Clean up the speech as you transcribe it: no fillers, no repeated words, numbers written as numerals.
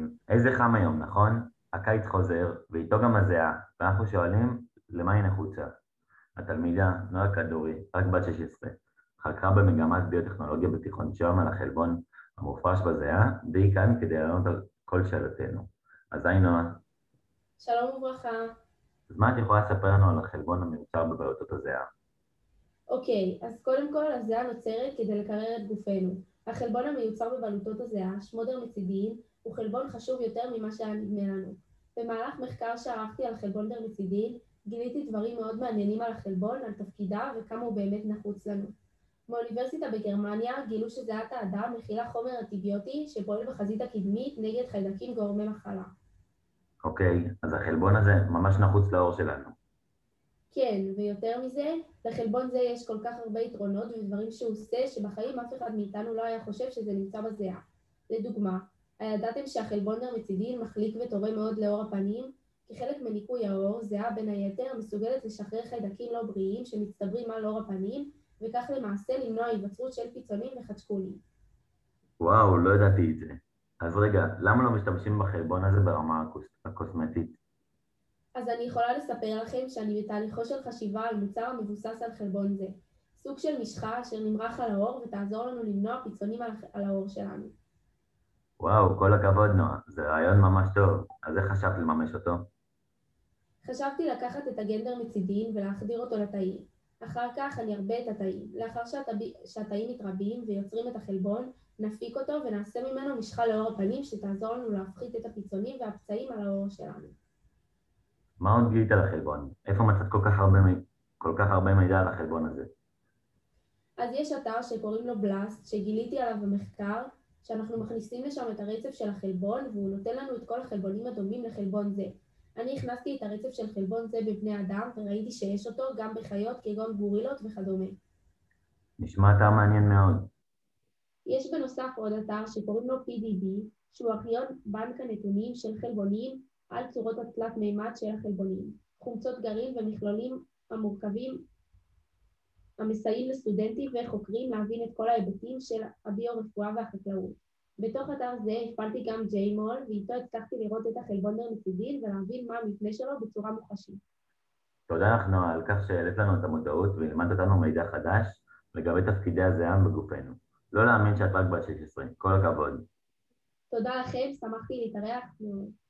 איזה חם היום, נכון? הקיץ חוזר, ואיתו גם הזיעה, ואנחנו שואלים, למה היא נחוצה? התלמידה, נועה כדורי, רק בת 16, חקרה במגמת ביוטכנולוגיה בתיכון שוהם על החלבון המופרש בזיעה, והיא כאן כדי לענות על כל שאלותינו. אז היי נועה, שלום וברכה. אז מה את יכולה לספר לנו על החלבון המיוצר בבלוטות הזיעה? אוקיי, אז קודם כל הזיעה נוצרת כדי לקרר את גופנו. החלבון המיוצר בבלוטות הזיעה, שמו דרמצידין, הוא חלבון חשוב יותר ממה שהיה נדמה לנו. במהלך מחקר שערכתי על חלבון דרמצידין, גיליתי דברים מאוד מעניינים על החלבון, על תפקידה וכמה הוא באמת נחוץ לנו. באוניברסיטה בגרמניה גילו שזיעת האדם מכילה חומר אנטיביוטי שפועל בחזית הקדמית נגד חיידקים גורמי מחלה. אוקיי, אז החלבון הזה ממש נחוץ לעור שלנו. כן, ויותר מזה, לחלבון זה יש כל כך הרבה יתרונות ודברים שהוא עושה שבחיים אף אחד מאיתנו לא היה חושב שזה נמצא בזיעה. לדוגמה, הידעתם שהחלבון דרמצידין מחליק וטובה מאוד לעור הפנים? כחלק מניקוי העור, זיעה בין היתר מסוגלת לשחרר חיידקים לא בריאים שמצטברים על עור הפנים, וכך למעשה למנוע היווצרות של פיצונים וחדשקונים. וואו, לא ידעתי את זה. אז רגע, למה לא משתמשים בחלבון הזה ברמה הקוסמטית? אז אני יכולה לספר לכם שאני בתהליכו של חשיבה על מוצר המבוסס על חלבון זה. סוג של משחה אשר נמרח על העור ותעזור לנו למנוע פיצונים על העור שלנו. וואו, כל הכבוד נועה, זה רעיון ממש טוב. אז איך חשבת לממש אותו? חשבתי לקחת את הגנדר מצידין ולהחדיר אותו לתאים. אחר כך אני ארבה את התאים. לאחר שהתאים מתרבים ויוצרים את החלבון, נפיק אותו ונעשה ממנו משחה לעור הפנים שתעזור לנו להפחית את הפיצונים והפצעים על העור שלנו. מה עוד גילית על החלבון? איפה מצאת כל כך הרבה מידע על החלבון הזה? אז יש אתר שקוראים לו בלאסט, שגיליתי עליו במחקר, שאנחנו מכניסים לשם את הרצף של החלבון, והוא נותן לנו את כל החלבונים הדומים לחלבון זה. אני הכנסתי את הרצף של חלבון זה בבני אדם, וראיתי שיש אותו גם בחיות כגון גורילות וכדומה. נשמע אתר מעניין מאוד. יש בנוסף עוד אתר שקוראים לו PDB, שהוא ארכיון בנק הנתונים של חלבונים על צורות התלת מימד של החלבונים, חומצות גרעין ומכלולים המורכבים המסייעים לסטודנטים וחוקרים להבין את כל ההיבטים של הביו-רפואה והחקלאות. בתוך אתר זה הפעלתי גם ג'יימול, ואיתו הצלחתי לראות את החלבון דרמצידין ולהבין מה המבנה שלו בצורה מוחשית. תודה לך נועה על כך שהעלית לנו את המודעות ולימדת אותנו מידע חדש לגבי תפקידי הזיעה בגופנו. לא להאמין שאת רק בת 16, כל הכבוד. תודה לכם, שמחתי להתארח.